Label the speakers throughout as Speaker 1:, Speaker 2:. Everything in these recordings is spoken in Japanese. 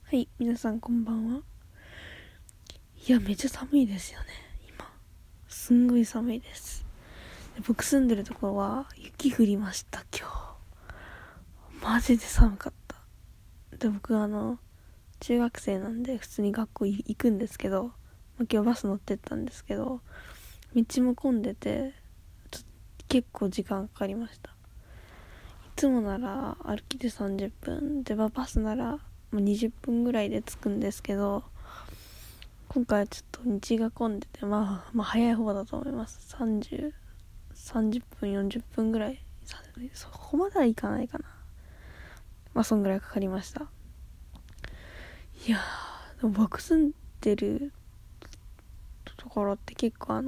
Speaker 1: はい、皆さんこんばんは。いや、めっちゃ寒いですよね、今。すんごい寒いです。で、僕住んでるところは雪降りました、今日。マジで寒かった。で、僕中学生なんで普通に学校行くんですけど、今日バス乗ってったんですけど、道も混んでて、結構時間かかりました。いつもなら歩きで30分、で、バスなら20分ぐらいで着くんですけど、今回はちょっと道が混んでて、早い方だと思います。30分、40分ぐらい。そこまではいかないかな。そんぐらいかかりました。いやー、でも僕住んでるところって結構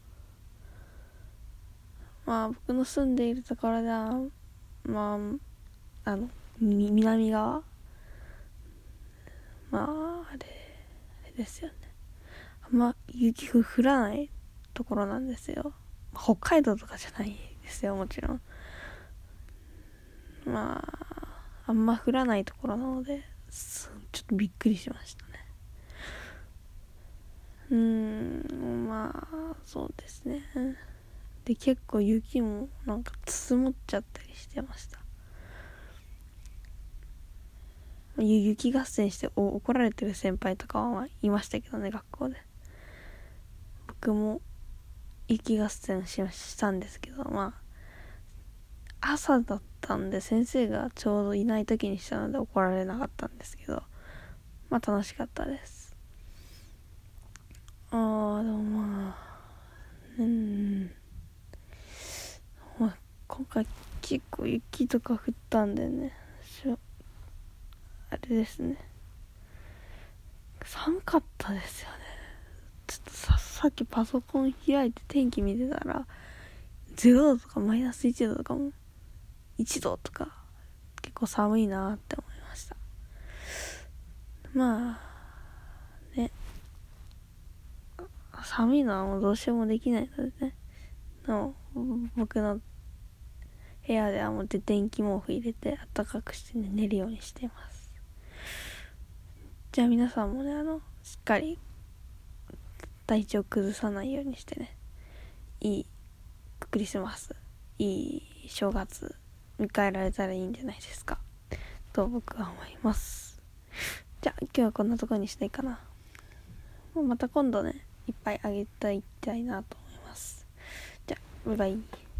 Speaker 1: 僕の住んでいるところでは、南側あれですよね。雪が降らないところなんですよ。北海道とかじゃないですよ、もちろん。あんま降らないところなので、ちょっとびっくりしましたね。そうですね。で、結構雪も積もっちゃったりしてました。雪合戦して怒られてる先輩とかはいましたけどね、学校で。僕も雪合戦したんですけど、朝だったんで先生がちょうどいない時にしたので怒られなかったんですけど、楽しかったです。でも今回結構雪とか降ったんでね、あれですね、寒かったですよね。ちょっとさっきパソコン開いて天気見てたら0度とかマイナス1度とかも1度とか結構寒いなって思いました。ね、寒いのはもうどうしようもできないのでね、僕の部屋ではもう電気毛布入れて暖かくして、寝るようにしています。じゃあ皆さんもね、しっかり体調崩さないようにしてね、いいクリスマス、いい正月迎えられたらいいんじゃないですかと僕は思います。じゃあ今日はこんなところにしたいかな。また今度ね、いっぱいあげたいなと思います。じゃあバイバイ。